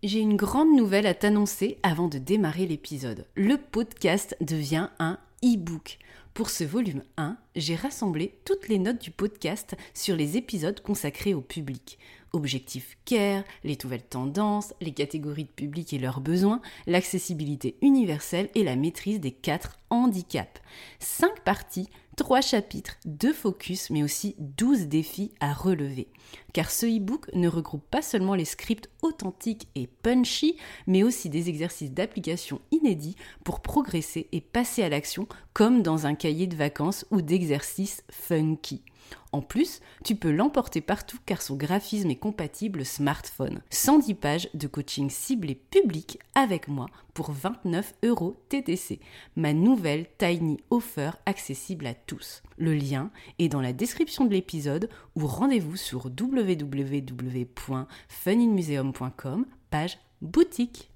J'ai une grande nouvelle à t'annoncer avant de démarrer l'épisode. Le podcast devient un e-book. Pour ce volume 1, j'ai rassemblé toutes les notes du podcast sur les épisodes consacrés au public. Objectif CARE, les nouvelles tendances, les catégories de public et leurs besoins, l'accessibilité universelle et la maîtrise des 4 handicaps. 5 parties, 3 chapitres, 2 focus, mais aussi 12 défis à relever. Car ce e-book ne regroupe pas seulement les scripts authentiques et punchy, mais aussi des exercices d'application inédits pour progresser et passer à l'action comme dans un cahier de vacances ou d'exercices funky. En plus, tu peux l'emporter partout car son graphisme est compatible smartphone. 110 pages de coaching ciblé public avec moi pour 29 € TTC. Ma nouvelle Tiny Offer accessible à tous. Le lien est dans la description de l'épisode ou rendez-vous sur www.funinmuseum.com, page boutique.